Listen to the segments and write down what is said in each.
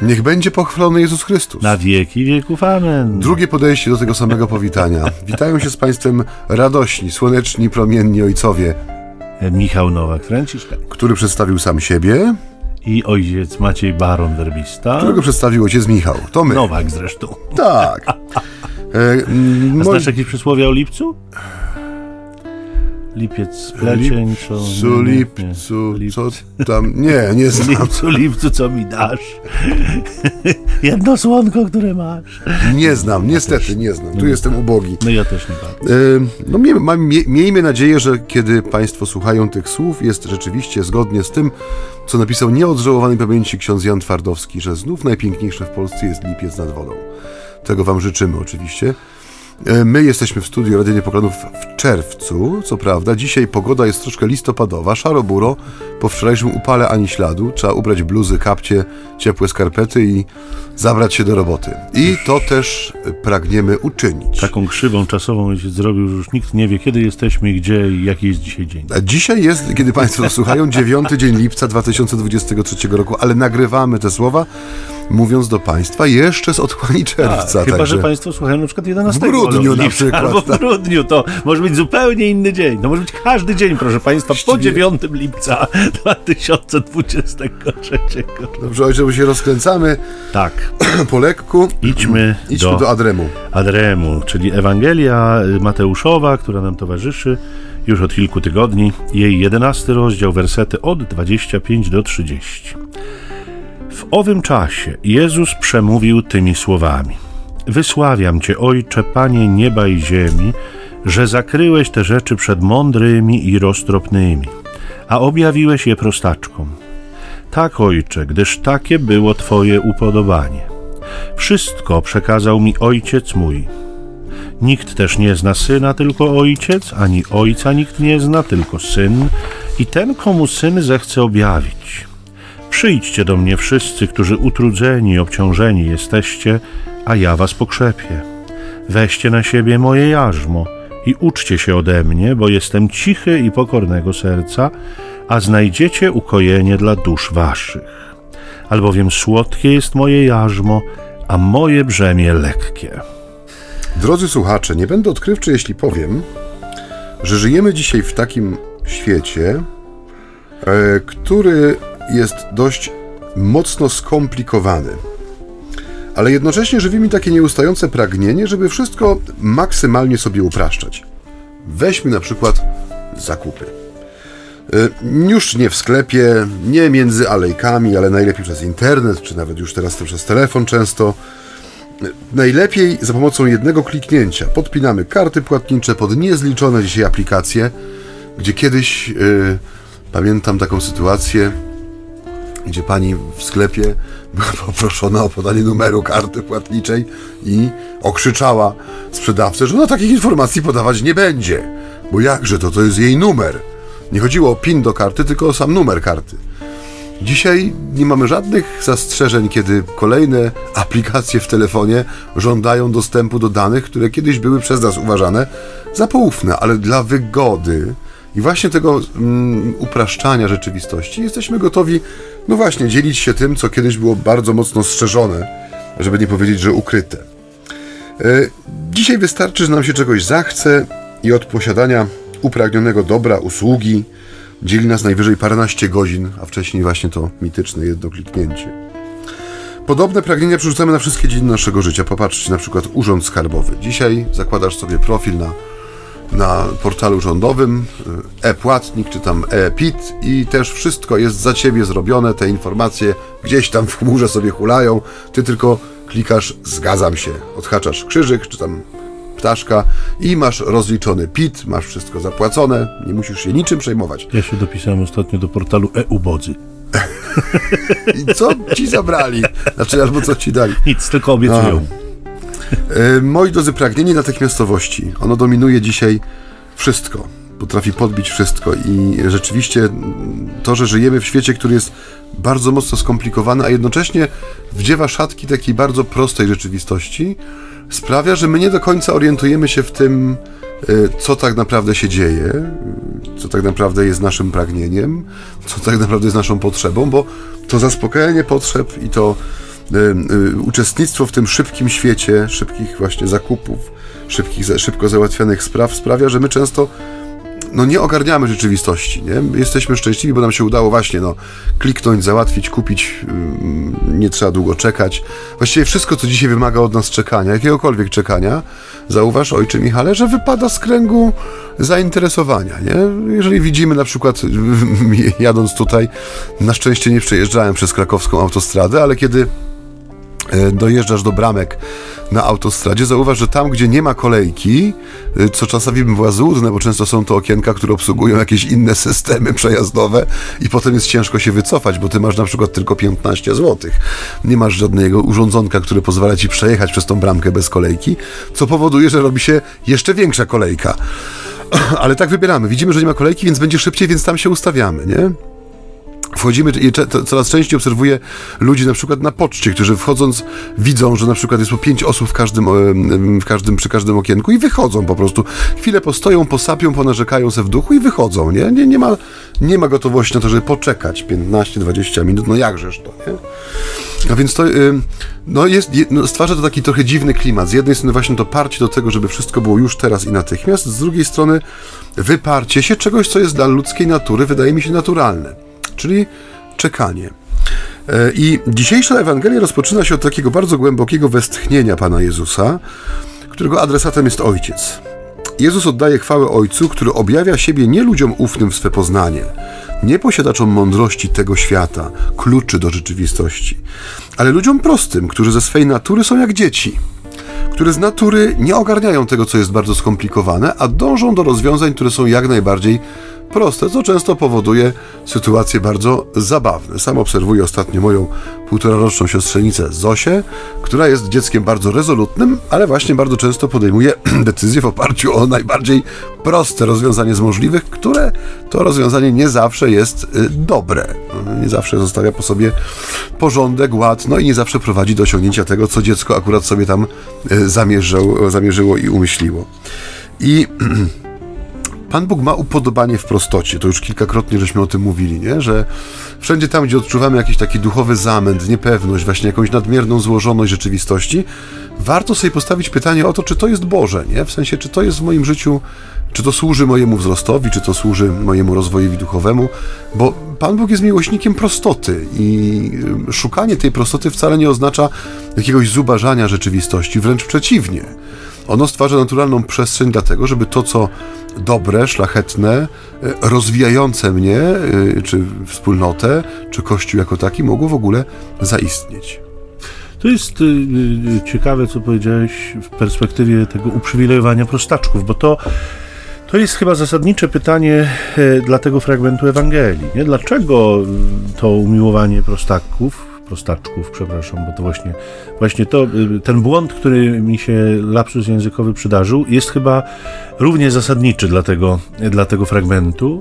Niech będzie pochwalony Jezus Chrystus. Na wieki wieków. Amen. Drugie podejście do tego samego powitania. Witają się z Państwem radośni, słoneczni, promienni ojcowie. Michał Nowak-Franciszek, który przedstawił sam siebie. I ojciec Maciej Baron-Werbista, którego przedstawił ojciec Michał. To my. Nowak zresztą. Tak. A znasz jakieś przysłowie o lipcu? Lipiec, plecień, lipcu, co tam? Nie znam. Lipcu, co mi dasz? Jedno słonko, które masz. Nie znam, niestety nie znam. Tu jestem ubogi. No ja też nie bardzo. Miejmy nadzieję, że kiedy Państwo słuchają tych słów, jest rzeczywiście zgodnie z tym, co napisał nieodżałowanej pamięci ksiądz Jan Twardowski, że znów najpiękniejsze w Polsce jest lipiec nad wodą. Tego Wam życzymy oczywiście. My jesteśmy w studiu Radia Niepoklanów w czerwcu, co prawda. Dzisiaj pogoda jest troszkę listopadowa, szaro-buro. Po wczorajszym upale ani śladu. Trzeba ubrać bluzy, kapcie, ciepłe skarpety i zabrać się do roboty. I to też pragniemy uczynić. Taką krzywą czasową ojciec zrobił, że już nikt nie wie, kiedy jesteśmy, gdzie i jaki jest dzisiaj dzień. A dzisiaj jest, kiedy Państwo słuchają, 9 dzień lipca 2023 roku, ale nagrywamy te słowa, mówiąc do Państwa jeszcze z otchłani czerwca. Chyba, także że Państwo słuchają na przykład 11 w grudniu na przykład. Albo w grudniu, to może być zupełnie inny dzień. To może być każdy dzień, proszę Państwa, po 9 lipca 2023. Dobrze, ojcze, bo się rozkręcamy. Tak. Po lekku. Idźmy do Adremu. Adremu, czyli Ewangelia Mateuszowa, która nam towarzyszy już od kilku tygodni. Jej 11 rozdział, wersety od 25 do 30. W owym czasie Jezus przemówił tymi słowami: Wysławiam Cię, Ojcze, Panie nieba i ziemi, że zakryłeś te rzeczy przed mądrymi i roztropnymi, a objawiłeś je prostaczkom. Tak, Ojcze, gdyż takie było Twoje upodobanie. Wszystko przekazał mi Ojciec mój. Nikt też nie zna Syna, tylko Ojciec, ani Ojca nikt nie zna, tylko Syn i ten, komu Syn zechce objawić. Przyjdźcie do mnie wszyscy, którzy utrudzeni i obciążeni jesteście, a ja was pokrzepię. Weźcie na siebie moje jarzmo i uczcie się ode mnie, bo jestem cichy i pokornego serca, a znajdziecie ukojenie dla dusz waszych. Albowiem słodkie jest moje jarzmo, a moje brzemię lekkie. Drodzy słuchacze, nie będę odkrywczy, jeśli powiem, że żyjemy dzisiaj w takim świecie, który jest dość mocno skomplikowany. Ale jednocześnie żywi mi takie nieustające pragnienie, żeby wszystko maksymalnie sobie upraszczać. Weźmy na przykład zakupy. Już nie w sklepie, nie między alejkami, ale najlepiej przez internet, czy nawet już teraz to przez telefon często. Najlepiej za pomocą jednego kliknięcia. Podpinamy karty płatnicze pod niezliczone dzisiaj aplikacje, gdzie kiedyś pamiętam taką sytuację, gdzie pani w sklepie była poproszona o podanie numeru karty płatniczej i okrzyczała sprzedawcę, że ona takich informacji podawać nie będzie, bo jakże to jest jej numer. Nie chodziło o PIN do karty, tylko o sam numer karty. Dzisiaj nie mamy żadnych zastrzeżeń, kiedy kolejne aplikacje w telefonie żądają dostępu do danych, które kiedyś były przez nas uważane za poufne, ale dla wygody i właśnie tego upraszczania rzeczywistości jesteśmy gotowi, no właśnie, dzielić się tym, co kiedyś było bardzo mocno strzeżone, żeby nie powiedzieć, że ukryte. Dzisiaj wystarczy, że nam się czegoś zachce i od posiadania upragnionego dobra, usługi dzieli nas najwyżej paręnaście godzin, a wcześniej właśnie to mityczne jedno kliknięcie. Podobne pragnienia przerzucamy na wszystkie dziedziny naszego życia. Popatrzcie, na przykład urząd skarbowy. Dzisiaj zakładasz sobie profil na portalu rządowym, e-płatnik czy tam e-PIT i też wszystko jest za ciebie zrobione, te informacje gdzieś tam w chmurze sobie hulają, ty tylko klikasz zgadzam się, odhaczasz krzyżyk czy tam ptaszka i masz rozliczony PIT, masz wszystko zapłacone, nie musisz się niczym przejmować. Ja się dopisałem ostatnio do portalu e-ubodzy. I co ci zabrali? Znaczy, albo co ci dali? Nic, tylko obiecują. Moi drodzy, pragnienie natychmiastowości, ono dominuje dzisiaj wszystko. Potrafi podbić wszystko i rzeczywiście to, że żyjemy w świecie, który jest bardzo mocno skomplikowany, a jednocześnie wdziewa szatki takiej bardzo prostej rzeczywistości, sprawia, że my nie do końca orientujemy się w tym, co tak naprawdę się dzieje, co tak naprawdę jest naszym pragnieniem, co tak naprawdę jest naszą potrzebą, bo to zaspokajanie potrzeb i to uczestnictwo w tym szybkim świecie, szybkich właśnie zakupów, szybko załatwianych spraw sprawia, że my często nie ogarniamy rzeczywistości, nie? Jesteśmy szczęśliwi, bo nam się udało właśnie, kliknąć, załatwić, kupić, nie trzeba długo czekać. Właściwie wszystko, co dzisiaj wymaga od nas czekania, jakiegokolwiek czekania, zauważ, ojcze Michale, że wypada z kręgu zainteresowania, nie? Jeżeli widzimy na przykład, jadąc tutaj, na szczęście nie przejeżdżałem przez krakowską autostradę, ale kiedy dojeżdżasz do bramek na autostradzie, zauważ, że tam, gdzie nie ma kolejki, co czasami bywa złudne, bo często są to okienka, które obsługują jakieś inne systemy przejazdowe i potem jest ciężko się wycofać, bo ty masz na przykład tylko 15 zł. Nie masz żadnego urządzonka, które pozwala ci przejechać przez tą bramkę bez kolejki, co powoduje, że robi się jeszcze większa kolejka. Ale tak wybieramy. Widzimy, że nie ma kolejki, więc będzie szybciej, więc tam się ustawiamy, nie? Wchodzimy i coraz częściej obserwuję ludzi na przykład na poczcie, którzy wchodząc widzą, że na przykład jest po 5 osób przy każdym okienku i wychodzą po prostu. Chwilę postoją, posapią, ponarzekają se w duchu i wychodzą, nie? Nie ma gotowości na to, żeby poczekać 15-20 minut, jakżeż to, nie? A więc to stwarza to taki trochę dziwny klimat. Z jednej strony właśnie to parcie do tego, żeby wszystko było już teraz i natychmiast, z drugiej strony wyparcie się czegoś, co jest dla ludzkiej natury, wydaje mi się, naturalne. Czyli czekanie. I dzisiejsza Ewangelia rozpoczyna się od takiego bardzo głębokiego westchnienia Pana Jezusa, którego adresatem jest Ojciec. Jezus oddaje chwałę Ojcu, który objawia siebie nie ludziom ufnym w swe poznanie, nie posiadaczom mądrości tego świata, kluczy do rzeczywistości, ale ludziom prostym, którzy ze swej natury są jak dzieci, które z natury nie ogarniają tego, co jest bardzo skomplikowane, a dążą do rozwiązań, które są jak najbardziej proste, co często powoduje sytuacje bardzo zabawne. Sam obserwuję ostatnio moją 1,5-roczną siostrzenicę Zosię, która jest dzieckiem bardzo rezolutnym, ale właśnie bardzo często podejmuje decyzje w oparciu o najbardziej proste rozwiązanie z możliwych, które to rozwiązanie nie zawsze jest dobre. Nie zawsze zostawia po sobie porządek, ład, i nie zawsze prowadzi do osiągnięcia tego, co dziecko akurat sobie tam zamierzyło i umyśliło. I Pan Bóg ma upodobanie w prostocie. To już kilkakrotnie żeśmy o tym mówili, nie? Że wszędzie tam, gdzie odczuwamy jakiś taki duchowy zamęt, niepewność, właśnie jakąś nadmierną złożoność rzeczywistości, warto sobie postawić pytanie o to, czy to jest Boże, nie? W sensie, czy to jest w moim życiu, czy to służy mojemu wzrostowi, czy to służy mojemu rozwojowi duchowemu, bo Pan Bóg jest miłośnikiem prostoty i szukanie tej prostoty wcale nie oznacza jakiegoś zubażania rzeczywistości, wręcz przeciwnie. Ono stwarza naturalną przestrzeń dlatego, żeby to, co dobre, szlachetne, rozwijające mnie, czy wspólnotę, czy Kościół jako taki, mogło w ogóle zaistnieć. To jest ciekawe, co powiedziałeś w perspektywie tego uprzywilejowania prostaczków, bo to jest chyba zasadnicze pytanie dla tego fragmentu Ewangelii. Nie? Dlaczego to umiłowanie prostaczków, bo to właśnie to, ten błąd, który mi się, lapsus językowy przydarzył, jest chyba równie zasadniczy dla tego fragmentu,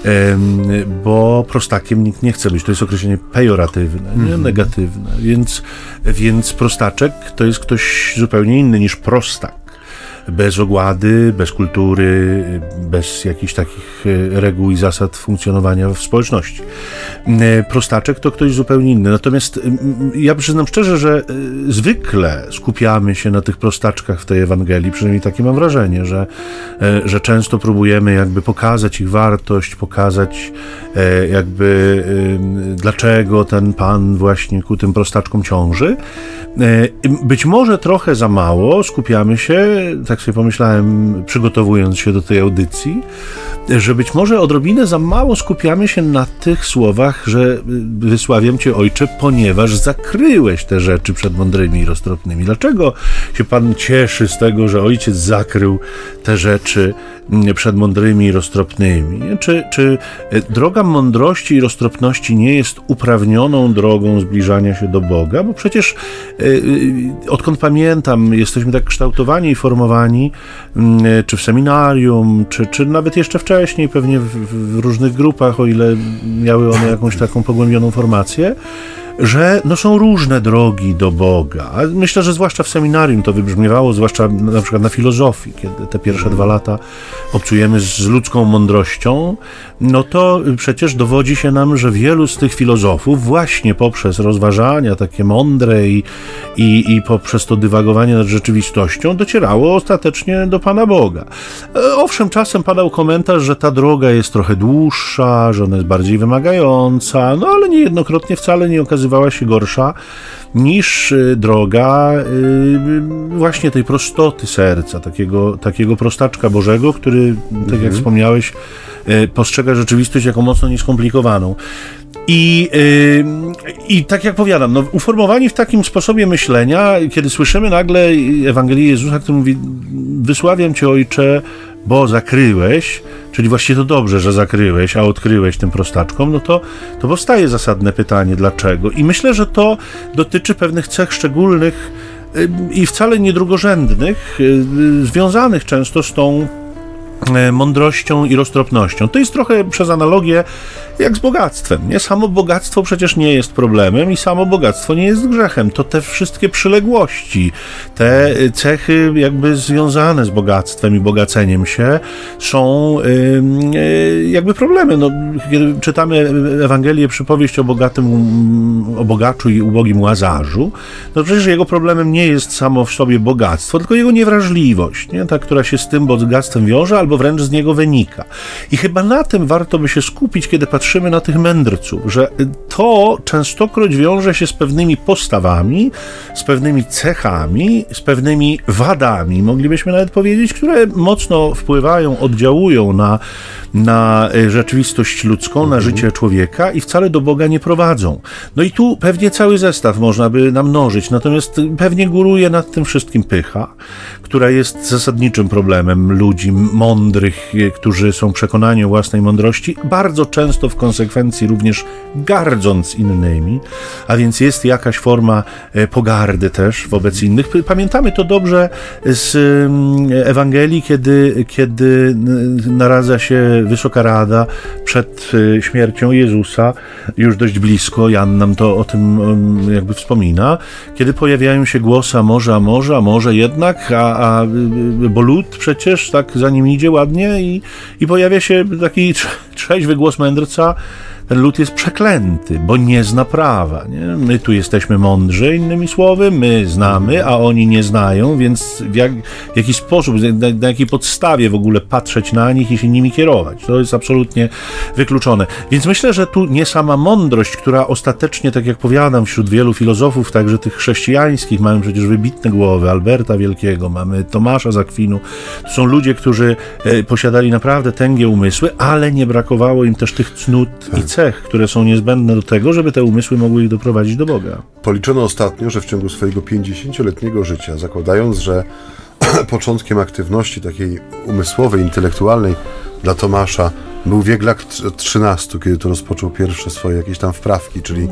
bo prostakiem nikt nie chce być. To jest określenie pejoratywne, nie? Negatywne. Więc prostaczek to jest ktoś zupełnie inny niż prostak. Bez ogłady, bez kultury, bez jakichś takich reguł i zasad funkcjonowania w społeczności. Prostaczek to ktoś zupełnie inny. Natomiast ja przyznam szczerze, że zwykle skupiamy się na tych prostaczkach w tej Ewangelii, przynajmniej takie mam wrażenie, że często próbujemy jakby pokazać ich wartość, pokazać jakby dlaczego ten Pan właśnie ku tym prostaczkom ciąży. Być może trochę za mało skupiamy się, tak sobie pomyślałem, przygotowując się do tej audycji, że być może odrobinę za mało skupiamy się na tych słowach, że wysławiam Cię, Ojcze, ponieważ zakryłeś te rzeczy przed mądrymi i roztropnymi. Dlaczego się Pan cieszy z tego, że Ojciec zakrył te rzeczy przed mądrymi i roztropnymi? Czy droga mądrości i roztropności nie jest uprawnioną drogą zbliżania się do Boga? Bo przecież odkąd pamiętam, jesteśmy tak kształtowani i formowani, czy w seminarium, czy nawet jeszcze wcześniej, pewnie w różnych grupach, o ile miały one jakąś taką pogłębioną formację, że są różne drogi do Boga. Myślę, że zwłaszcza w seminarium to wybrzmiewało, zwłaszcza na przykład na filozofii, kiedy te pierwsze 2 lata obcujemy z ludzką mądrością, to przecież dowodzi się nam, że wielu z tych filozofów właśnie poprzez rozważania takie mądre i poprzez to dywagowanie nad rzeczywistością docierało ostatecznie do Pana Boga. Owszem, czasem padał komentarz, że ta droga jest trochę dłuższa, że ona jest bardziej wymagająca, ale niejednokrotnie wcale nie okazywała się gorsza niż droga właśnie tej prostoty serca, takiego prostaczka Bożego, który, tak jak wspomniałeś, postrzega rzeczywistość jako mocno nieskomplikowaną. I tak jak powiadam, uformowani w takim sposobie myślenia, kiedy słyszymy nagle Ewangelię Jezusa, który mówi: wysławiam Cię, Ojcze, bo zakryłeś, czyli właściwie to dobrze, że zakryłeś, a odkryłeś tym prostaczkom, to powstaje zasadne pytanie, dlaczego? I myślę, że to dotyczy pewnych cech szczególnych i wcale niedrugorzędnych, związanych często z tą mądrością i roztropnością. To jest trochę przez analogię jak z bogactwem. Nie? Samo bogactwo przecież nie jest problemem i samo bogactwo nie jest grzechem. To te wszystkie przyległości, te cechy jakby związane z bogactwem i bogaceniem się są jakby problemem. Kiedy czytamy Ewangelię, przypowieść o bogaczu i ubogim Łazarzu, przecież jego problemem nie jest samo w sobie bogactwo, tylko jego niewrażliwość, nie? Ta, która się z tym bogactwem wiąże, albo wręcz z niego wynika. I chyba na tym warto by się skupić, kiedy patrzymy na tych mędrców, że to częstokroć wiąże się z pewnymi postawami, z pewnymi cechami, z pewnymi wadami, moglibyśmy nawet powiedzieć, które mocno wpływają, oddziałują na rzeczywistość ludzką, na życie człowieka i wcale do Boga nie prowadzą. I tu pewnie cały zestaw można by namnożyć, natomiast pewnie góruje nad tym wszystkim pycha, która jest zasadniczym problemem ludzi mądrych, którzy są przekonani o własnej mądrości, bardzo często w konsekwencji również gardząc innymi, a więc jest jakaś forma pogardy też wobec innych. Pamiętamy to dobrze z Ewangelii, kiedy naradza się Wysoka Rada przed śmiercią Jezusa, już dość blisko, Jan nam to o tym jakby wspomina, kiedy pojawiają się głosy: a może jednak, bo lud przecież tak za nim idzie ładnie i pojawia się taki trzeźwy głos mędrca: ten lud jest przeklęty, bo nie zna prawa. Nie? My tu jesteśmy mądrzy, innymi słowy, my znamy, a oni nie znają, więc w jaki sposób, na jakiej podstawie w ogóle patrzeć na nich i się nimi kierować? To jest absolutnie wykluczone. Więc myślę, że tu nie sama mądrość, która ostatecznie, tak jak powiadam, wśród wielu filozofów, także tych chrześcijańskich, mamy przecież wybitne głowy, Alberta Wielkiego, mamy Tomasza z Akwinu. To są ludzie, którzy posiadali naprawdę tęgie umysły, ale nie brakowało im też tych cnót i cech, które są niezbędne do tego, żeby te umysły mogły ich doprowadzić do Boga. Policzono ostatnio, że w ciągu swojego 50-letniego życia, zakładając, że początkiem aktywności takiej umysłowej, intelektualnej dla Tomasza był wiek lat 13, kiedy to rozpoczął pierwsze swoje jakieś tam wprawki, czyli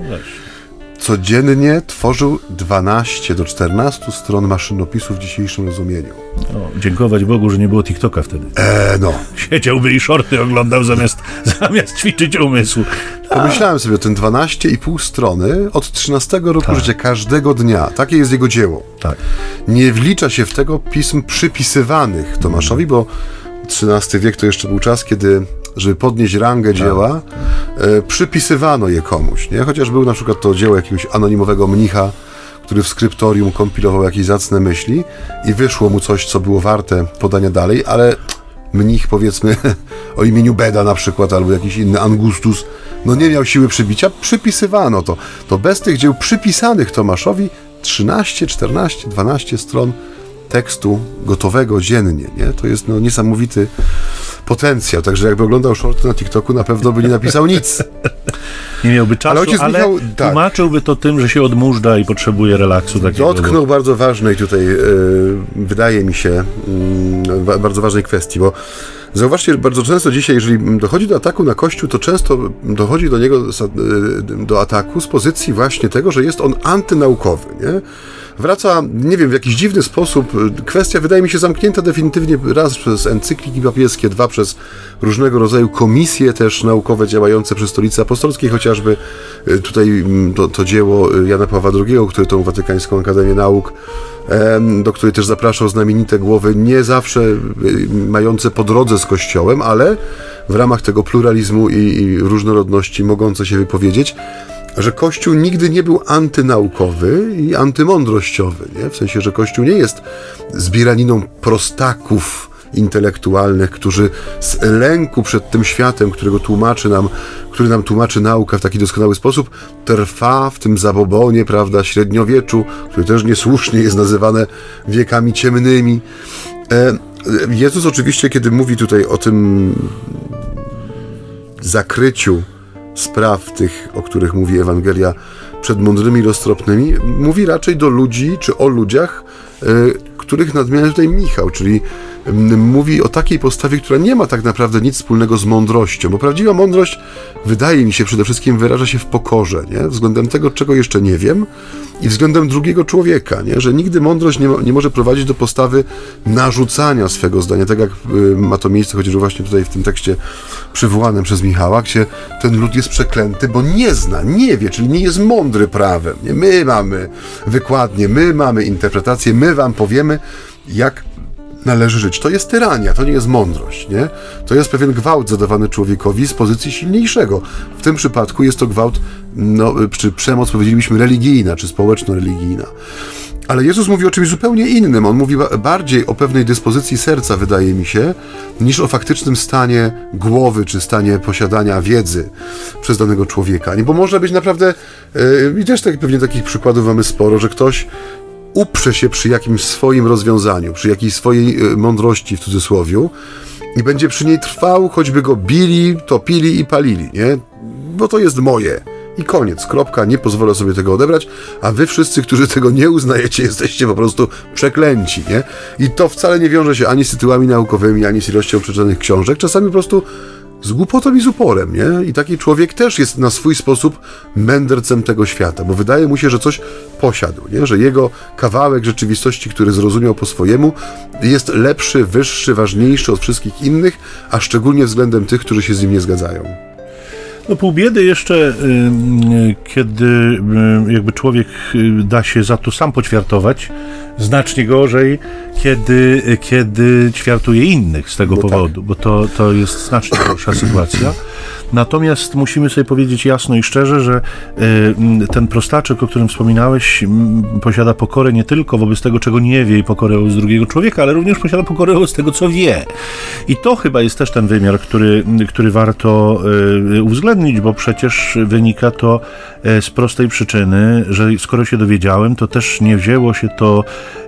codziennie tworzył 12 do 14 stron maszynopisu w dzisiejszym rozumieniu. Dziękować Bogu, że nie było TikToka wtedy. Siedziałby i shorty oglądał zamiast ćwiczyć umysł. Pomyślałem sobie o tym 12,5 strony od 13 roku życia, każdego dnia. Takie jest jego dzieło. Tak. Nie wlicza się w tego pism przypisywanych Tomaszowi, bo XIII wiek to jeszcze był czas, kiedy, żeby podnieść rangę dzieła, przypisywano je komuś, nie? Chociaż był na przykład to dzieło jakiegoś anonimowego mnicha, który w skryptorium kompilował jakieś zacne myśli i wyszło mu coś, co było warte podania dalej, ale mnich, powiedzmy, o imieniu Beda na przykład, albo jakiś inny Angustus, nie miał siły przybicia, przypisywano to. To bez tych dzieł przypisanych Tomaszowi 13, 14, 12 stron tekstu gotowego dziennie, nie? To jest niesamowity potencjał, także jakby oglądał shorty na TikToku, na pewno by nie napisał nic. Nie miałby czasu, ale tłumaczyłby to tym, że się odmóżdża i potrzebuje relaksu takiego. Dotknął bardzo ważnej tutaj, wydaje mi się, bardzo ważnej kwestii, bo zauważcie, że bardzo często dzisiaj, jeżeli dochodzi do ataku na Kościół, to często dochodzi do niego, do ataku z pozycji właśnie tego, że jest on antynaukowy, nie? wraca, nie wiem, w jakiś dziwny sposób. Kwestia wydaje mi się zamknięta definitywnie raz przez encykliki papieskie, dwa przez różnego rodzaju komisje też naukowe działające przy Stolicy Apostolskiej, chociażby tutaj to dzieło Jana Pawła II, który tą Watykańską Akademię Nauk, do której też zapraszał znamienite głowy, nie zawsze mające po drodze z Kościołem, ale w ramach tego pluralizmu i różnorodności mogące się wypowiedzieć, że Kościół nigdy nie był antynaukowy i antymądrościowy, nie? W sensie, że Kościół nie jest zbieraniną prostaków intelektualnych, którzy z lęku przed tym światem, który nam tłumaczy nauka w taki doskonały sposób, trwa w tym zabobonie, prawda, średniowieczu, które też niesłusznie jest nazywane wiekami ciemnymi. Jezus oczywiście, kiedy mówi tutaj o tym zakryciu spraw tych, o których mówi Ewangelia, przed mądrymi i roztropnymi, mówi raczej do ludzi, czy o ludziach, których nadmienia tutaj Michał, czyli mówi o takiej postawie, która nie ma tak naprawdę nic wspólnego z mądrością, bo prawdziwa mądrość, wydaje mi się, przede wszystkim wyraża się w pokorze, nie? Względem tego, czego jeszcze nie wiem, i względem drugiego człowieka, nie? Że nigdy mądrość nie może prowadzić do postawy narzucania swego zdania, tak jak ma to miejsce chociażby właśnie tutaj w tym tekście przywołanym przez Michała, gdzie ten lud jest przeklęty, bo nie zna, nie wie, czyli nie jest mądry prawem. Nie? My mamy wykładnie, my mamy interpretację, my wam powiemy, jak należy żyć. To jest tyrania, to nie jest mądrość, nie? To jest pewien gwałt zadawany człowiekowi z pozycji silniejszego. W tym przypadku jest to gwałt, czy przemoc, powiedzielibyśmy, religijna, czy społeczno-religijna. Ale Jezus mówi o czymś zupełnie innym. On mówi bardziej o pewnej dyspozycji serca, wydaje mi się, niż o faktycznym stanie głowy, czy stanie posiadania wiedzy przez danego człowieka. Bo może być naprawdę, i też pewnie takich przykładów mamy sporo, że ktoś uprze się przy jakimś swoim rozwiązaniu, przy jakiejś swojej mądrości w cudzysłowiu i będzie przy niej trwał, choćby go bili, topili i palili, nie? Bo to jest moje. I koniec, kropka, nie pozwolę sobie tego odebrać, a wy wszyscy, którzy tego nie uznajecie, jesteście po prostu przeklęci, nie? I to wcale nie wiąże się ani z tytułami naukowymi, ani z ilością przeczytanych książek, czasami po prostu z głupotą i z uporem, nie? I taki człowiek też jest na swój sposób mędrcem tego świata, bo wydaje mu się, że coś posiadł, nie? Że jego kawałek rzeczywistości, który zrozumiał po swojemu, jest lepszy, wyższy, ważniejszy od wszystkich innych, a szczególnie względem tych, którzy się z nim nie zgadzają. No pół biedy jeszcze, kiedy jakby człowiek da się za to sam poćwiartować, znacznie gorzej, kiedy ćwiartuje innych z tego powodu, tak. Bo to jest znacznie gorsza sytuacja. Natomiast musimy sobie powiedzieć jasno i szczerze, że ten prostaczek, o którym wspominałeś, posiada pokorę nie tylko wobec tego, czego nie wie, i pokorę wobec drugiego człowieka, ale również posiada pokorę wobec tego, co wie. I to chyba jest też ten wymiar, który warto uwzględnić, bo przecież wynika to z prostej przyczyny, że skoro się dowiedziałem, to też nie wzięło się to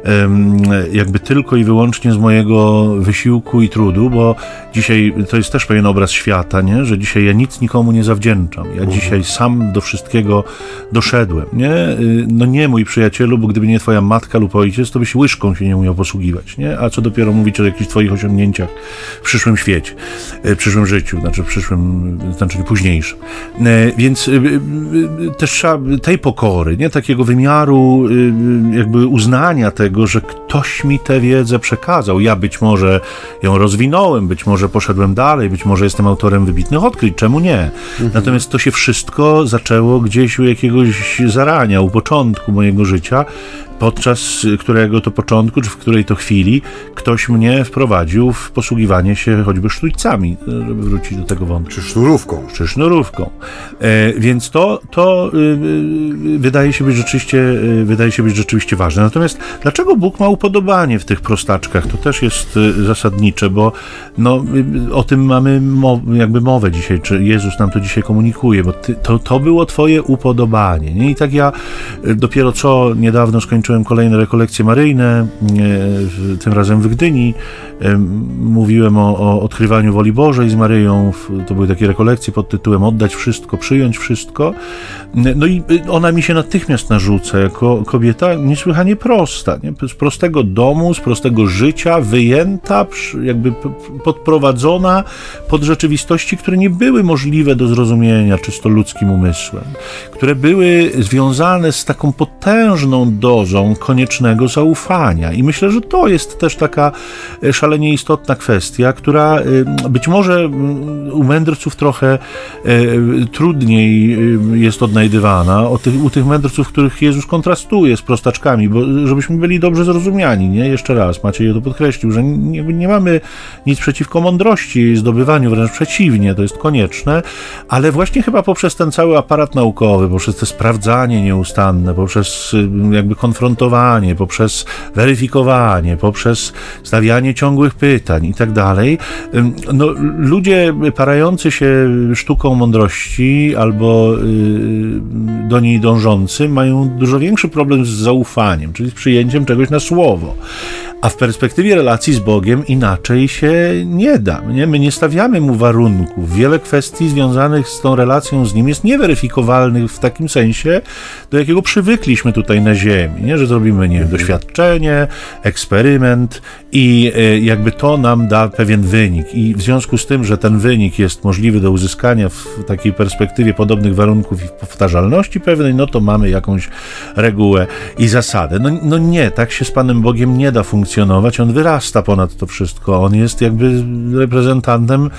jakby tylko i wyłącznie z mojego wysiłku i trudu, bo dzisiaj to jest też pewien obraz świata, nie? Że dzisiaj ja nic nikomu nie zawdzięczam. Ja dzisiaj sam do wszystkiego doszedłem, nie? No nie, mój przyjacielu, bo gdyby nie twoja matka lub ojciec, to byś łyżką się nie umiał posługiwać, nie? A co dopiero mówić o jakichś twoich osiągnięciach w przyszłym świecie, w przyszłym życiu, znaczy w przyszłym, znaczy późniejszym. Więc też trzeba tej pokory, nie? Takiego wymiaru jakby uznania tego, że ktoś mi tę wiedzę przekazał. Ja być może ją rozwinąłem, być może poszedłem dalej, być może jestem autorem wybitnych odkryć, czemu nie? Natomiast to się wszystko zaczęło gdzieś u jakiegoś zarania, u początku mojego życia, podczas którego to początku, czy w której to chwili ktoś mnie wprowadził w posługiwanie się choćby sztućcami, żeby wrócić do tego wątku. Czy sznurówką. Więc to wydaje się być rzeczywiście ważne. Natomiast dlaczego Bóg ma upodobanie w tych prostaczkach? To też jest zasadnicze, bo o tym mamy jakby mowę dzisiaj, czy Jezus nam to dzisiaj komunikuje, bo to było twoje upodobanie. Nie? I tak ja dopiero co niedawno skończyłem kolejne rekolekcje maryjne, tym razem w Gdyni. Mówiłem o odkrywaniu woli Bożej z Maryją. To były takie rekolekcje pod tytułem Oddać wszystko, przyjąć wszystko. No i ona mi się natychmiast narzuca jako kobieta niesłychanie prosta. Nie? Z prostego domu, z prostego życia, wyjęta, jakby podprowadzona pod rzeczywistości, które nie były możliwe do zrozumienia czysto ludzkim umysłem, które były związane z taką potężną dozą dozą koniecznego zaufania. I myślę, że to jest też taka szalenie istotna kwestia, która być może u mędrców trochę trudniej jest odnajdywana, u tych mędrców, których Jezus kontrastuje z prostaczkami, bo żebyśmy byli dobrze zrozumiani, nie? Jeszcze raz, Maciej to podkreślił, że nie mamy nic przeciwko mądrości, jej zdobywaniu, wręcz przeciwnie, to jest konieczne, ale właśnie chyba poprzez ten cały aparat naukowy, poprzez to sprawdzanie nieustanne, poprzez jakby konfrontowanie, poprzez weryfikowanie, poprzez stawianie ciągłych pytań i tak dalej, no ludzie parający się sztuką mądrości albo do niej dążący mają dużo większy problem z zaufaniem, czyli z przyjęciem czegoś na słowo. A w perspektywie relacji z Bogiem inaczej się nie da. Nie? My nie stawiamy mu warunków. Wiele kwestii związanych z tą relacją z nim jest nieweryfikowalnych w takim sensie, do jakiego przywykliśmy tutaj na ziemi. Nie? Że zrobimy doświadczenie, eksperyment i jakby to nam da pewien wynik. I w związku z tym, że ten wynik jest możliwy do uzyskania w takiej perspektywie podobnych warunków i powtarzalności pewnej, no to mamy jakąś regułę i zasadę. No nie, tak się z Panem Bogiem nie da funkcjonować. On wyrasta ponad to wszystko. On jest jakby reprezentantem,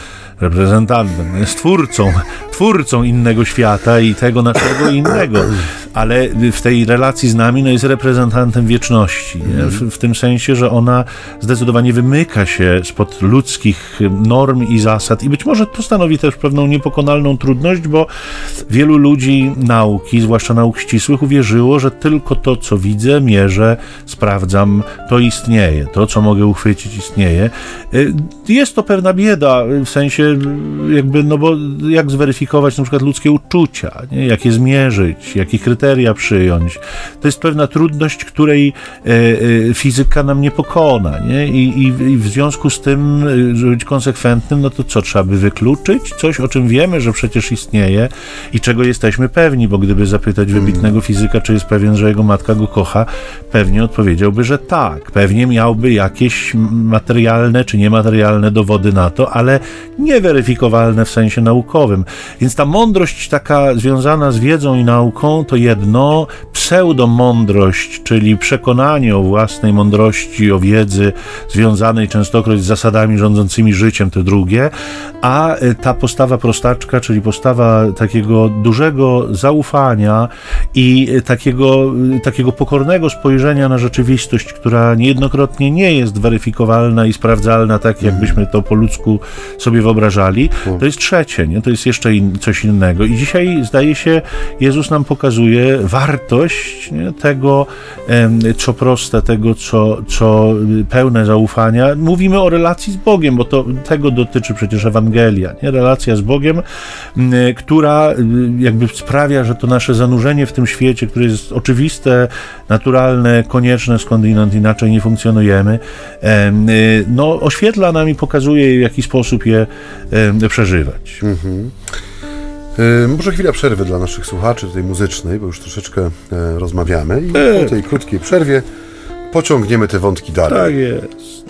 jest twórcą innego świata i tego naszego innego. Ale w tej relacji z nami jest reprezentantem wieczności. W tym sensie, że ona zdecydowanie wymyka się spod ludzkich norm i zasad i być może to stanowi też pewną niepokonalną trudność, bo wielu ludzi nauki, zwłaszcza nauk ścisłych, uwierzyło, że tylko to, co widzę, mierzę, sprawdzam, to istnieje. To, co mogę uchwycić, istnieje. Jest to pewna bieda, w sensie jakby, no bo jak zweryfikować na przykład ludzkie uczucia, nie? Jak je zmierzyć, jakie kryteria przyjąć. To jest pewna trudność, której fizyka nam nie pokona, nie? I w związku z tym, żeby być konsekwentnym, no to co trzeba by wykluczyć? Coś, o czym wiemy, że przecież istnieje i czego jesteśmy pewni, bo gdyby zapytać wybitnego fizyka, czy jest pewien, że jego matka go kocha, pewnie odpowiedziałby, że tak. Pewnie miałby jakieś materialne czy niematerialne dowody na to, ale nieweryfikowalne w sensie naukowym. Więc ta mądrość taka związana z wiedzą i nauką to jedno, pseudomądrość, czyli przekonanie o własnej mądrości, o wiedzy związanej częstokroć z zasadami rządzącymi życiem, to drugie, a ta postawa prostaczka, czyli postawa takiego dużego zaufania i takiego pokornego spojrzenia na rzeczywistość, która niejednokrotnie nie jest weryfikowalna i sprawdzalna tak, jakbyśmy to po ludzku sobie wyobrażali, to jest trzecie, nie? To jest jeszcze coś innego. I dzisiaj, zdaje się, Jezus nam pokazuje wartość, nie? Tego, co proste, tego, co pełne zaufania. Mówimy o relacji z Bogiem, bo tego dotyczy przecież Ewangelia, nie? Relacja z Bogiem, która jakby sprawia, że to nasze zanurzenie w tym świecie, które jest oczywiste, naturalne, konieczne, skądinąd inaczej nie funkcjonujemy, no oświetla nam i pokazuje, w jaki sposób je przeżywać. Może chwila przerwy dla naszych słuchaczy, tej muzycznej, bo już troszeczkę rozmawiamy i po tej krótkiej przerwie pociągniemy te wątki dalej. Tak jest.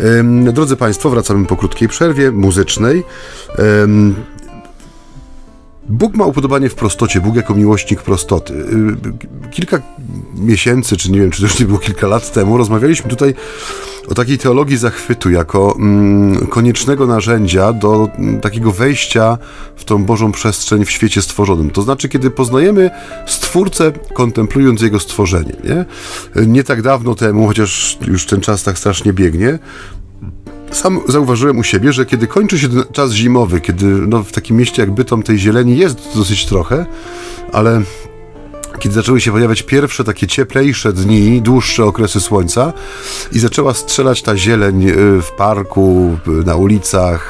Drodzy Państwo, wracamy po krótkiej przerwie muzycznej. Bóg ma upodobanie w prostocie, Bóg jako miłośnik prostoty. Kilka miesięcy, czy nie wiem, czy to już nie było kilka lat temu, rozmawialiśmy tutaj o takiej teologii zachwytu jako koniecznego narzędzia do takiego wejścia w tą Bożą przestrzeń w świecie stworzonym. To znaczy, kiedy poznajemy Stwórcę, kontemplując Jego stworzenie. Nie tak dawno temu, chociaż już ten czas tak strasznie biegnie, sam zauważyłem u siebie, że kiedy kończy się ten czas zimowy, kiedy w takim mieście jak Bytom tej zieleni jest dosyć trochę, ale kiedy zaczęły się pojawiać pierwsze takie cieplejsze dni, dłuższe okresy słońca i zaczęła strzelać ta zieleń w parku, na ulicach,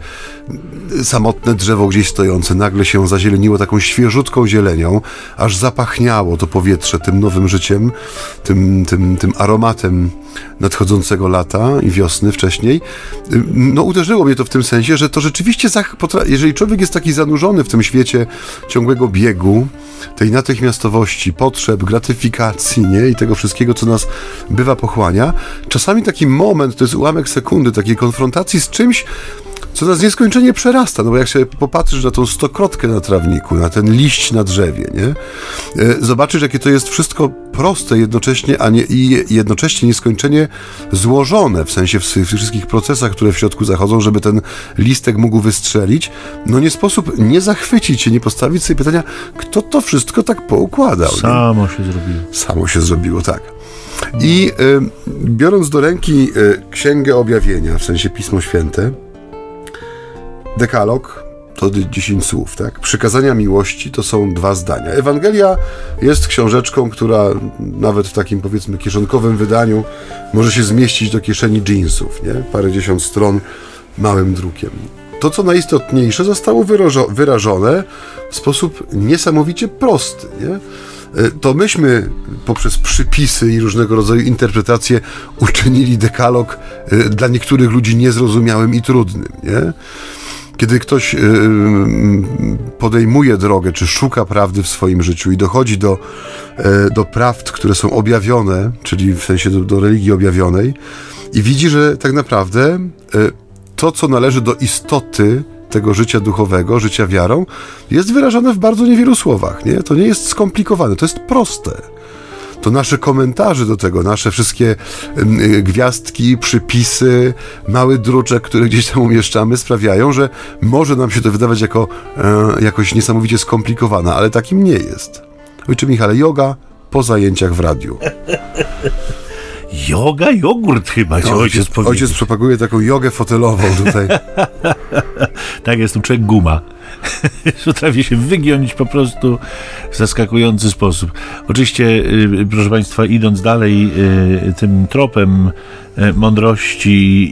samotne drzewo gdzieś stojące nagle się zazieleniło taką świeżutką zielenią, aż zapachniało to powietrze tym nowym życiem, tym aromatem nadchodzącego lata i wiosny wcześniej. Uderzyło mnie to w tym sensie, że to rzeczywiście, jeżeli człowiek jest taki zanurzony w tym świecie ciągłego biegu, tej natychmiastowości, potrzeb, gratyfikacji, i tego wszystkiego, co nas bywa pochłania, czasami taki moment, to jest ułamek sekundy, takiej konfrontacji z czymś, co nas nieskończenie przerasta, bo jak się popatrzysz na tą stokrotkę na trawniku, na ten liść na drzewie, zobaczysz, jakie to jest wszystko proste jednocześnie, i jednocześnie nieskończenie złożone, w sensie w wszystkich procesach, które w środku zachodzą, żeby ten listek mógł wystrzelić, nie sposób nie zachwycić się, nie postawić sobie pytania, kto to wszystko tak poukładał. Samo się zrobiło. Samo się zrobiło, tak. I biorąc do ręki Księgę Objawienia, w sensie Pismo Święte, Dekalog to 10 słów, tak? Przykazania miłości to są 2 zdania. Ewangelia jest książeczką, która nawet w takim, powiedzmy, kieszonkowym wydaniu może się zmieścić do kieszeni dżinsów, parędziesiąt stron małym drukiem. To, co najistotniejsze, zostało wyrażone w sposób niesamowicie prosty, To myśmy poprzez przypisy i różnego rodzaju interpretacje uczynili dekalog dla niektórych ludzi niezrozumiałym i trudnym, Kiedy ktoś podejmuje drogę, czy szuka prawdy w swoim życiu i dochodzi do prawd, które są objawione, czyli w sensie do religii objawionej, i widzi, że tak naprawdę to, co należy do istoty tego życia duchowego, życia wiarą, jest wyrażone w bardzo niewielu słowach. To nie jest skomplikowane, to jest proste. To nasze komentarze do tego, nasze wszystkie gwiazdki, przypisy, mały druczek, który gdzieś tam umieszczamy, sprawiają, że może nam się to wydawać jakoś niesamowicie skomplikowane, ale takim nie jest. Ojcze Michale, joga po zajęciach w radiu. Joga, jogurt chyba się ojciec powiedział. Ojciec propaguje taką jogę fotelową tutaj. Tak, jestem człowiek guma. Potrafię się wygiąć po prostu w zaskakujący sposób. Oczywiście, proszę Państwa, idąc dalej tym tropem mądrości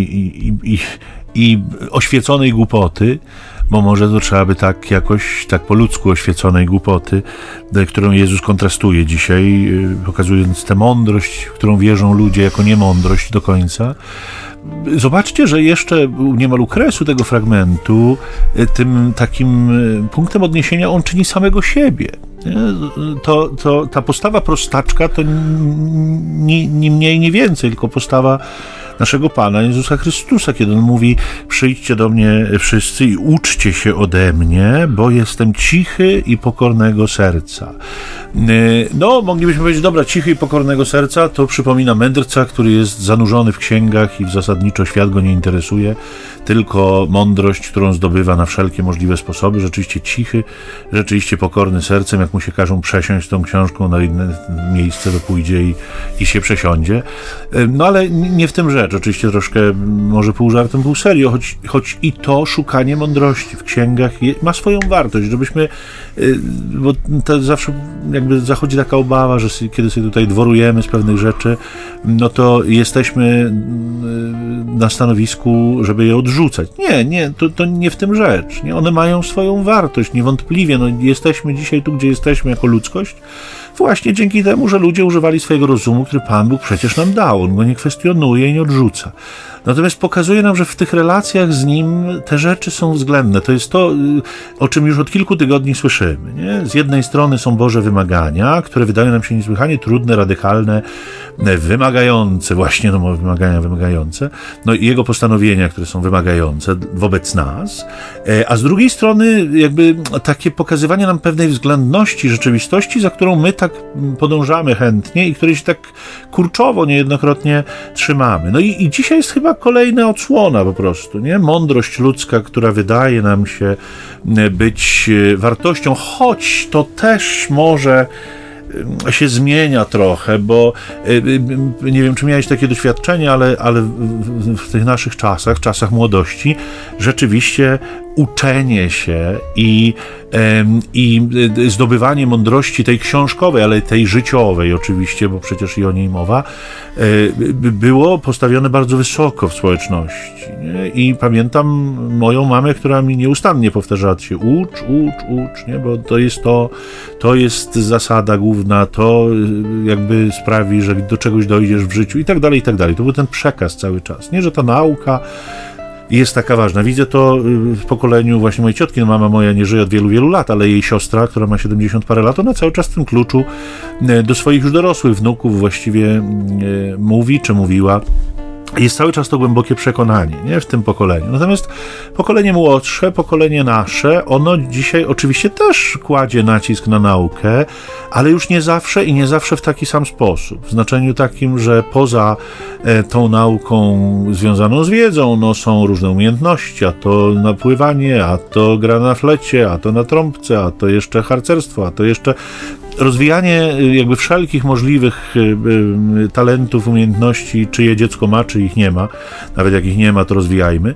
i oświeconej głupoty, bo może to trzeba by tak po ludzku oświeconej głupoty, którą Jezus kontrastuje dzisiaj, pokazując tę mądrość, w którą wierzą ludzie jako niemądrość do końca. Zobaczcie, że jeszcze niemal u kresu tego fragmentu tym takim punktem odniesienia on czyni samego siebie. Ta postawa prostaczka to ni mniej, ni więcej, tylko postawa naszego Pana Jezusa Chrystusa, kiedy On mówi: przyjdźcie do mnie wszyscy i uczcie się ode mnie, bo jestem cichy i pokornego serca. Moglibyśmy powiedzieć, dobra, cichy i pokornego serca to przypomina mędrca, który jest zanurzony w księgach i zasadniczo świat go nie interesuje, tylko mądrość, którą zdobywa na wszelkie możliwe sposoby, rzeczywiście cichy, rzeczywiście pokorny sercem, jak mu się każą przesiąść z tą książką na inne miejsce, to pójdzie i się przesiądzie. Ale nie w tym rzecz. Oczywiście troszkę może pół żartem, pół serio, choć i to szukanie mądrości w księgach ma swoją wartość, żebyśmy, bo to zawsze jakby zachodzi taka obawa, że kiedy sobie tutaj dworujemy z pewnych rzeczy, to jesteśmy na stanowisku, żeby je odrzucać. Nie, to nie w tym rzecz. One mają swoją wartość, niewątpliwie. Jesteśmy dzisiaj tu, gdzie jesteśmy jako ludzkość, właśnie dzięki temu, że ludzie używali swojego rozumu, który Pan Bóg przecież nam dał. On go nie kwestionuje i nie odrzuca. Natomiast pokazuje nam, że w tych relacjach z Nim te rzeczy są względne. To jest to, o czym już od kilku tygodni słyszymy. Nie? Z jednej strony są Boże wymagania, które wydają nam się niesłychanie trudne, radykalne, wymagające, właśnie wymagające, no i Jego postanowienia, które są wymagające wobec nas, a z drugiej strony jakby takie pokazywanie nam pewnej względności rzeczywistości, za którą my tak podążamy chętnie i której się tak kurczowo niejednokrotnie trzymamy. No i dzisiaj jest chyba kolejna odsłona po prostu, nie? Mądrość ludzka, która wydaje nam się być wartością, choć to też może się zmienia trochę, bo nie wiem, czy miałeś takie doświadczenie, ale w tych naszych czasach młodości, rzeczywiście uczenie się i zdobywanie mądrości tej książkowej, ale tej życiowej oczywiście, bo przecież i o niej mowa, było postawione bardzo wysoko w społeczności. Nie? I pamiętam moją mamę, która mi nieustannie powtarzała się ucz, nie? Bo to jest zasada główna, to jakby sprawi, że do czegoś dojdziesz w życiu i tak dalej, i tak dalej. To był ten przekaz cały czas, nie? Że ta nauka jest taka ważna. Widzę to w pokoleniu właśnie mojej ciotki. No, mama moja nie żyje od wielu, wielu lat, ale jej siostra, która ma 70 parę lat, ona cały czas w tym kluczu do swoich już dorosłych wnuków właściwie mówi, czy mówiła. Jest cały czas to głębokie przekonanie, nie? W tym pokoleniu. Natomiast pokolenie młodsze, pokolenie nasze, ono dzisiaj oczywiście też kładzie nacisk na naukę, ale już nie zawsze i nie zawsze w taki sam sposób. W znaczeniu takim, że poza tą nauką związaną z wiedzą, no, są różne umiejętności, a to na pływanie, a to gra na flecie, a to na trąbce, a to jeszcze harcerstwo, a to jeszcze rozwijanie jakby wszelkich możliwych talentów, umiejętności, czyje dziecko ma, czy ich nie ma, nawet jak ich nie ma, to rozwijajmy,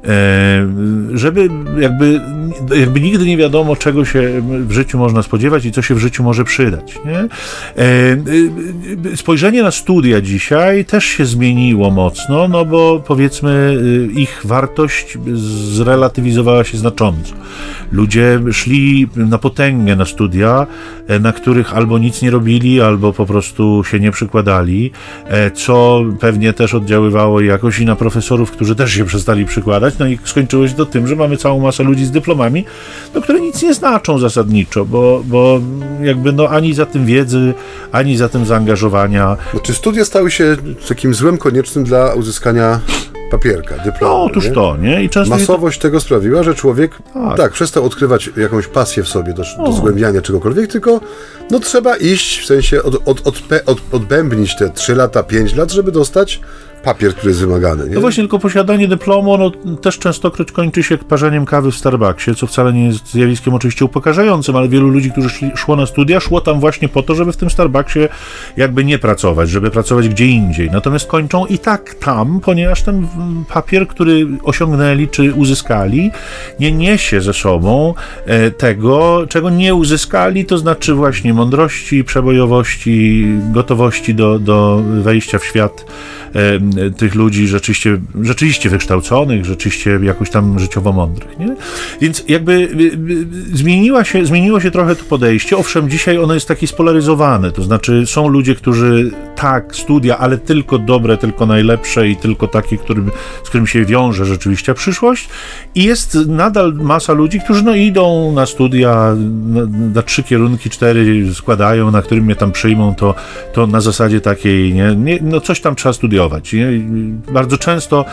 żeby jakby nigdy nie wiadomo, czego się w życiu można spodziewać i co się w życiu może przydać. Nie? Spojrzenie na studia dzisiaj też się zmieniło mocno, no bo powiedzmy ich wartość zrelatywizowała się znacząco. Ludzie szli na potęgę na studia, na których albo nic nie robili, albo po prostu się nie przykładali, co pewnie też oddziaływało jakoś i na profesorów, którzy też się przestali przykładać, no i skończyło się to tym, że mamy całą masę ludzi z dyplomami, no, które nic nie znaczą zasadniczo, bo jakby no ani za tym wiedzy, ani za tym zaangażowania. Znaczy studia stały się takim złem koniecznym dla uzyskania papierka, dyplomu. No, otóż to, nie? I często masowość tego sprawiła, że człowiek przestał odkrywać jakąś pasję w sobie do zgłębiania czegokolwiek, tylko no trzeba iść, w sensie odbębnić te 3 lata, 5 lat, żeby dostać papier, który jest wymagany. Nie? No właśnie, tylko posiadanie dyplomu, no też częstokroć kończy się parzeniem kawy w Starbucksie, co wcale nie jest zjawiskiem oczywiście upokarzającym, ale wielu ludzi, którzy szło na studia, szło tam właśnie po to, żeby w tym Starbucksie jakby nie pracować, żeby pracować gdzie indziej. Natomiast kończą i tak tam, ponieważ ten papier, który osiągnęli czy uzyskali, nie niesie ze sobą tego, czego nie uzyskali, to znaczy właśnie mądrości, przebojowości, gotowości do wejścia w świat tych ludzi rzeczywiście wykształconych, rzeczywiście jakoś tam życiowo mądrych, nie? Więc jakby zmieniło się trochę to podejście. Owszem, dzisiaj ono jest takie spolaryzowane, to znaczy są ludzie, którzy tak, studia, ale tylko dobre, tylko najlepsze i tylko takie, z którym się wiąże rzeczywiście przyszłość, i jest nadal masa ludzi, którzy no idą na studia, na 3 kierunki, 4 składają, na którym mnie tam przyjmą, to na zasadzie takiej, nie, no coś tam trzeba studiować, nie? Bardzo często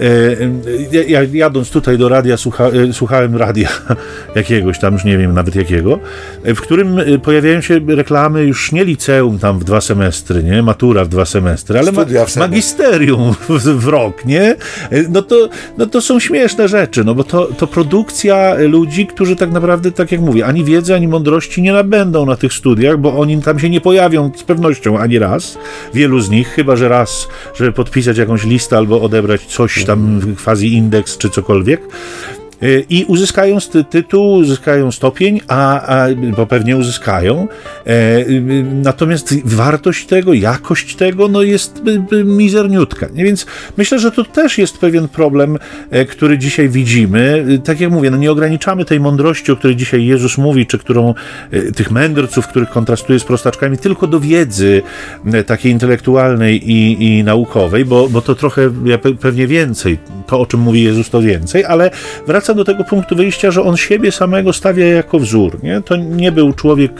jadąc tutaj do radia słuchałem radia jakiegoś tam, już nie wiem nawet jakiego, w którym pojawiają się reklamy już nie liceum tam w 2 semestry, nie? Matura w 2 semestry, ale magisterium w rok, nie? No to są śmieszne rzeczy, no bo to produkcja ludzi, którzy tak naprawdę, tak jak mówię, ani wiedzy, ani mądrości nie nabędą na tych studiach, bo oni tam się nie pojawią z pewnością ani raz, wielu z nich, chyba że raz, żeby podpisać jakąś listę albo odebrać coś tam, quasi indeks czy cokolwiek. i uzyskają tytuł, uzyskają stopień, bo pewnie uzyskają. Natomiast wartość tego, jakość tego, no jest mizerniutka. Więc myślę, że to też jest pewien problem, który dzisiaj widzimy. Tak jak mówię, no nie ograniczamy tej mądrości, o której dzisiaj Jezus mówi, czy którą tych mędrców, których kontrastuje z prostaczkami, tylko do wiedzy takiej intelektualnej i naukowej, bo to trochę pewnie więcej. To, o czym mówi Jezus, to więcej, ale wraca do tego punktu wyjścia, że on siebie samego stawia jako wzór. Nie? To nie był człowiek,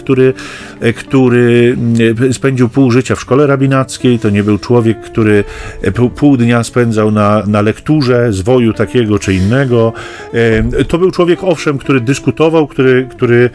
który spędził pół życia w szkole rabinackiej, to nie był człowiek, który pół dnia spędzał na lekturze zwoju takiego czy innego. To był człowiek, owszem, który dyskutował, który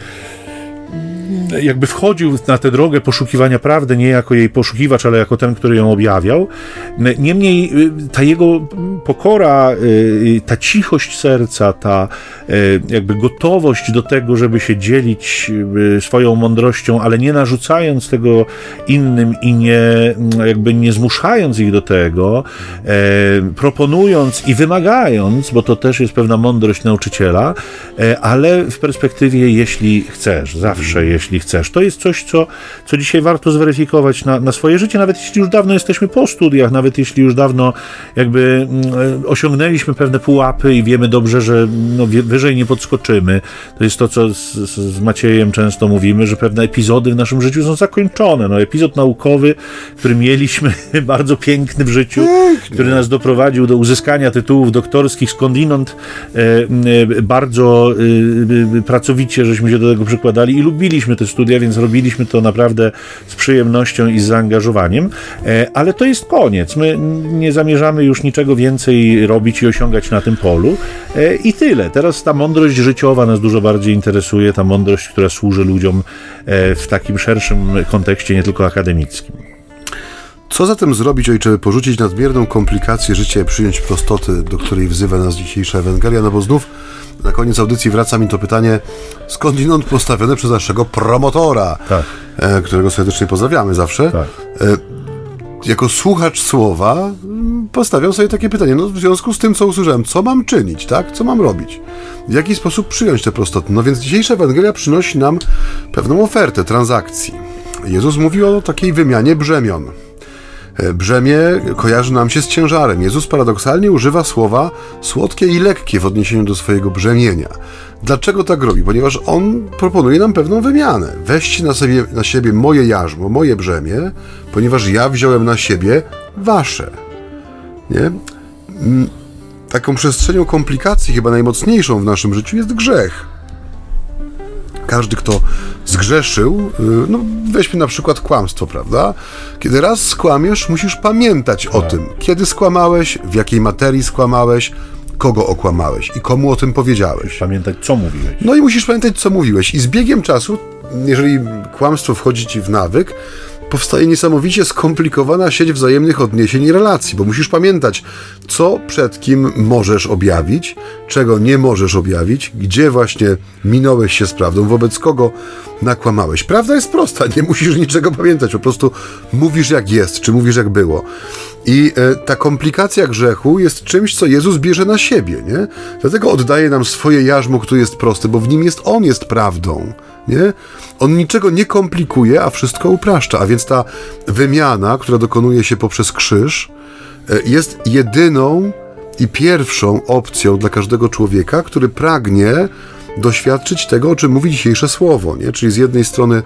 jakby wchodził na tę drogę poszukiwania prawdy, nie jako jej poszukiwacz, ale jako ten, który ją objawiał. Niemniej ta jego pokora, ta cichość serca, ta jakby gotowość do tego, żeby się dzielić swoją mądrością, ale nie narzucając tego innym i nie zmuszając ich do tego, proponując i wymagając, bo to też jest pewna mądrość nauczyciela, ale w perspektywie jeśli chcesz, zawsze jeśli chcesz. To jest coś, co dzisiaj warto zweryfikować na swoje życie, nawet jeśli już dawno jesteśmy po studiach, nawet jeśli już dawno jakby osiągnęliśmy pewne pułapy i wiemy dobrze, że wyżej nie podskoczymy. To jest to, co z Maciejem często mówimy, że pewne epizody w naszym życiu są zakończone. Epizod naukowy, który mieliśmy bardzo piękny w życiu, który nas doprowadził do uzyskania tytułów doktorskich skądinąd bardzo pracowicie, żeśmy się do tego przykładali i lubiliśmy te studia, więc robiliśmy to naprawdę z przyjemnością i z zaangażowaniem, ale to jest koniec. My nie zamierzamy już niczego więcej robić i osiągać na tym polu i tyle. Teraz ta mądrość życiowa nas dużo bardziej interesuje, ta mądrość, która służy ludziom w takim szerszym kontekście, nie tylko akademickim. Co zatem zrobić, ojcze, by porzucić nadmierną komplikację życia i przyjąć prostotę, do której wzywa nas dzisiejsza Ewangelia? No bo znów na koniec audycji wraca mi to pytanie, skądinąd postawione przez naszego promotora, którego serdecznie pozdrawiamy zawsze. Tak. Jako słuchacz słowa postawiam sobie takie pytanie, w związku z tym, co usłyszałem, co mam czynić, tak? Co mam robić? W jaki sposób przyjąć tę prostotę? Więc dzisiejsza Ewangelia przynosi nam pewną ofertę transakcji. Jezus mówi o takiej wymianie brzemion. Brzemię kojarzy nam się z ciężarem. Jezus paradoksalnie używa słowa słodkie i lekkie w odniesieniu do swojego brzemienia. Dlaczego tak robi? Ponieważ on proponuje nam pewną wymianę. Weźcie na siebie moje jarzmo, moje brzemię, ponieważ ja wziąłem na siebie wasze. Nie? Taką przestrzenią komplikacji, chyba najmocniejszą w naszym życiu, jest grzech. Każdy, kto zgrzeszył, weźmy na przykład kłamstwo, prawda? Kiedy raz skłamiesz, musisz pamiętać o tym, kiedy skłamałeś, w jakiej materii skłamałeś, kogo okłamałeś i komu o tym powiedziałeś. Musisz pamiętać, co mówiłeś. I musisz pamiętać, co mówiłeś. I z biegiem czasu, jeżeli kłamstwo wchodzi ci w nawyk, powstaje niesamowicie skomplikowana sieć wzajemnych odniesień i relacji, bo musisz pamiętać, co przed kim możesz objawić, czego nie możesz objawić, gdzie właśnie minąłeś się z prawdą, wobec kogo nakłamałeś. Prawda jest prosta, nie musisz niczego pamiętać, po prostu mówisz jak jest, czy mówisz jak było. I ta komplikacja grzechu jest czymś, co Jezus bierze na siebie, nie? Dlatego oddaje nam swoje jarzmo, które jest proste, bo w nim On jest prawdą, nie? On niczego nie komplikuje, a wszystko upraszcza, a więc ta wymiana, która dokonuje się poprzez krzyż, jest jedyną i pierwszą opcją dla każdego człowieka, który pragnie doświadczyć tego, o czym mówi dzisiejsze słowo, nie? Czyli z jednej strony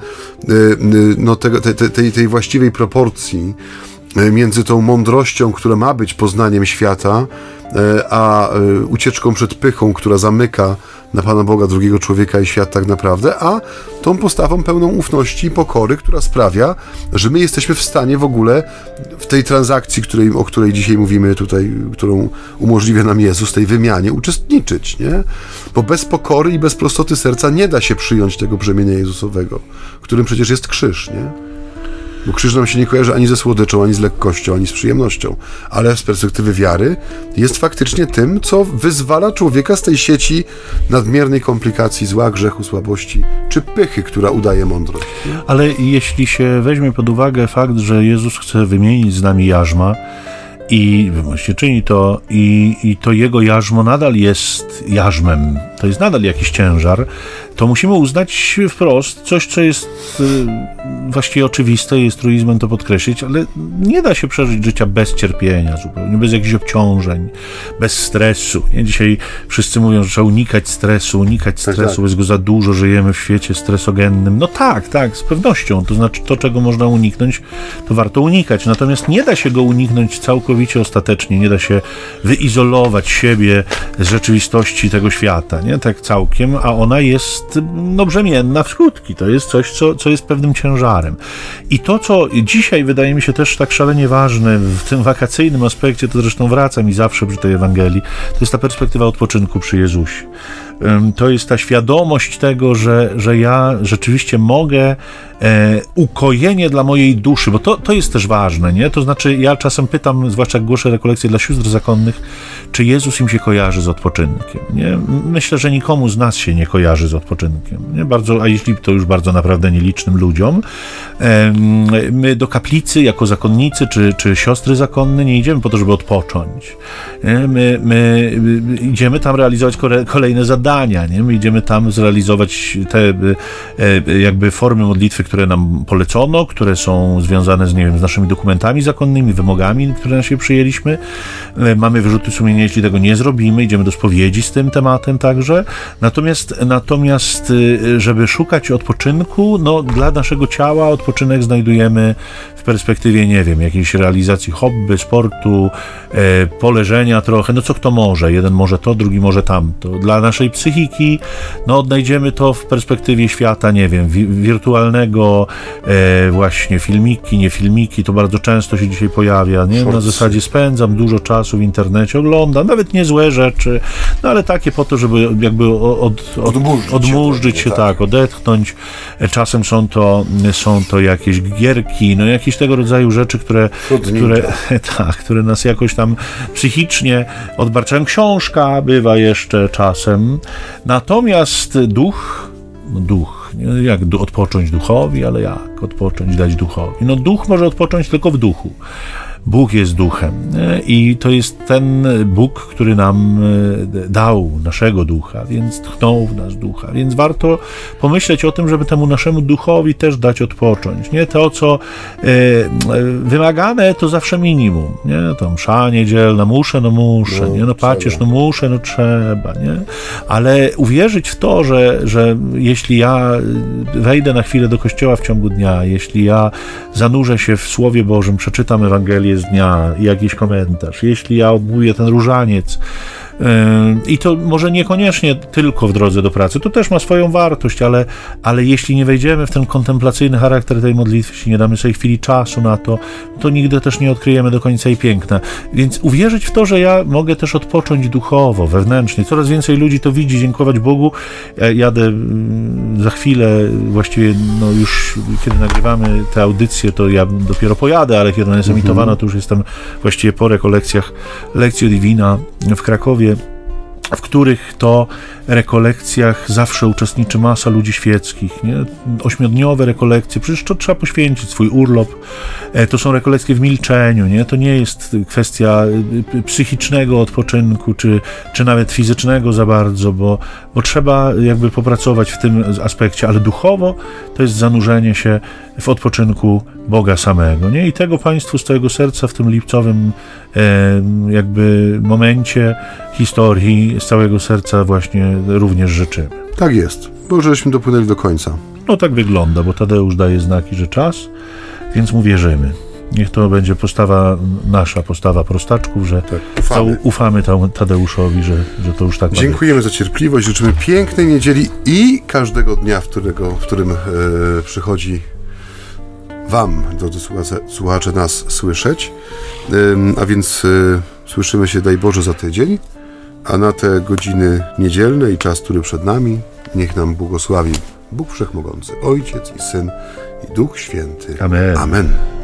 tej właściwej proporcji między tą mądrością, która ma być poznaniem świata, a ucieczką przed pychą, która zamyka na Pana Boga, drugiego człowieka i świat tak naprawdę, a tą postawą pełną ufności i pokory, która sprawia, że my jesteśmy w stanie w ogóle w tej transakcji, o której dzisiaj mówimy tutaj, którą umożliwia nam Jezus, tej wymianie, uczestniczyć, nie? Bo bez pokory i bez prostoty serca nie da się przyjąć tego brzemienia Jezusowego, którym przecież jest krzyż, nie? Bo krzyż nam się nie kojarzy ani ze słodyczą, ani z lekkością, ani z przyjemnością, ale z perspektywy wiary jest faktycznie tym, co wyzwala człowieka z tej sieci nadmiernej komplikacji zła, grzechu, słabości czy pychy, która udaje mądrość. Nie? Ale jeśli się weźmie pod uwagę fakt, że Jezus chce wymienić z nami jarzma i właśnie czyni to i to jego jarzmo nadal jest jarzmem, to jest nadal jakiś ciężar, to musimy uznać wprost coś, co jest właściwie oczywiste, jest truizmem to podkreślić, ale nie da się przeżyć życia bez cierpienia zupełnie, bez jakichś obciążeń, bez stresu. Nie? Dzisiaj wszyscy mówią, że trzeba unikać stresu, Tak. jest go za dużo, żyjemy w świecie stresogennym. No tak, z pewnością, to znaczy to, czego można uniknąć, to warto unikać, natomiast nie da się go uniknąć całkowicie ostatecznie, nie da się wyizolować siebie z rzeczywistości tego świata, nie? Tak całkiem, a ona jest brzemienna w skutki, to jest coś, co jest pewnym ciężarem. I to, co dzisiaj wydaje mi się też tak szalenie ważne w tym wakacyjnym aspekcie, to zresztą wracam i zawsze przy tej Ewangelii, to jest ta perspektywa odpoczynku przy Jezusie. To jest ta świadomość tego, że ja rzeczywiście mogę ukojenie dla mojej duszy, bo to jest też ważne, nie? To znaczy ja czasem pytam, zwłaszcza jak głoszę rekolekcje dla sióstr zakonnych, czy Jezus im się kojarzy z odpoczynkiem, nie? Myślę, że nikomu z nas się nie kojarzy z odpoczynkiem, nie? A jeśli to już bardzo naprawdę nielicznym ludziom. My do kaplicy jako zakonnicy, czy siostry zakonne nie idziemy po to, żeby odpocząć. Nie? My idziemy tam realizować kolejne zadania, nie? My idziemy tam zrealizować te jakby formy modlitwy, które nam polecono, które są związane z, nie wiem, z naszymi dokumentami zakonnymi, wymogami, które na siebie przyjęliśmy. Mamy wyrzuty sumienia, jeśli tego nie zrobimy, idziemy do spowiedzi z tym tematem także. Natomiast żeby szukać odpoczynku, dla naszego ciała odpoczynek znajdujemy w perspektywie, nie wiem, jakiejś realizacji hobby, sportu, poleżenia trochę, co kto może. Jeden może to, drugi może tamto. Dla naszej psychiki, odnajdziemy to w perspektywie świata, nie wiem, wirtualnego, właśnie filmiki, nie filmiki, to bardzo często się dzisiaj pojawia, nie? Na zasadzie spędzam dużo czasu w internecie, oglądam, nawet nie złe rzeczy, ale takie po to, żeby jakby odmurzyć się, tak, odetchnąć. Czasem są to jakieś gierki, jakieś tego rodzaju rzeczy, które nas jakoś tam psychicznie odbarczają. Książka bywa jeszcze czasem. Natomiast duch, nie? Jak odpocząć duchowi, ale jak odpocząć dać duchowi? Duch może odpocząć tylko w duchu. Bóg jest duchem i to jest ten Bóg, który nam dał naszego ducha, więc tchnął w nas ducha, więc warto pomyśleć o tym, żeby temu naszemu duchowi też dać odpocząć, nie? To, co wymagane, to zawsze minimum, nie? To msza niedzielna, muszę, nie? Pacierz, muszę, trzeba, nie? Ale uwierzyć w to, że jeśli ja wejdę na chwilę do kościoła w ciągu dnia, jeśli ja zanurzę się w Słowie Bożym, przeczytam Ewangelię z dnia i jakiś komentarz, jeśli ja odmówię ten różaniec, i to może niekoniecznie tylko w drodze do pracy, to też ma swoją wartość, ale jeśli nie wejdziemy w ten kontemplacyjny charakter tej modlitwy, jeśli nie damy sobie chwili czasu na to nigdy też nie odkryjemy do końca jej piękna. Więc uwierzyć w to, że ja mogę też odpocząć duchowo, wewnętrznie. Coraz więcej ludzi to widzi, dziękować Bogu. Ja jadę za chwilę, właściwie już kiedy nagrywamy te audycje, to ja dopiero pojadę, ale kiedy ona jest emitowana, to już jestem właściwie po rekolekcjach Lectio Divina w Krakowie, w których to rekolekcjach zawsze uczestniczy masa ludzi świeckich, nie? 8-dniowe rekolekcje, przecież to trzeba poświęcić swój urlop, to są rekolekcje w milczeniu, nie? To nie jest kwestia psychicznego odpoczynku, czy nawet fizycznego za bardzo, bo trzeba jakby popracować w tym aspekcie, ale duchowo to jest zanurzenie się w odpoczynku Boga samego, nie? I tego Państwu z całego serca w tym lipcowym jakby momencie historii z całego serca właśnie również życzymy. Tak jest, bo żeśmy dopłynęli do końca. Tak wygląda, bo Tadeusz daje znaki, że czas, więc mu wierzymy. Niech to będzie nasza postawa prostaczków, że ufamy Tadeuszowi, że to już tak ma być. Dziękujemy za cierpliwość, życzymy pięknej niedzieli i każdego dnia, w którym przychodzi Wam, drodzy słuchacze, nas słyszeć. A więc słyszymy się, daj Boże, za tydzień, a na te godziny niedzielne i czas, który przed nami, niech nam błogosławi Bóg Wszechmogący, Ojciec i Syn i Duch Święty. Amen. Amen.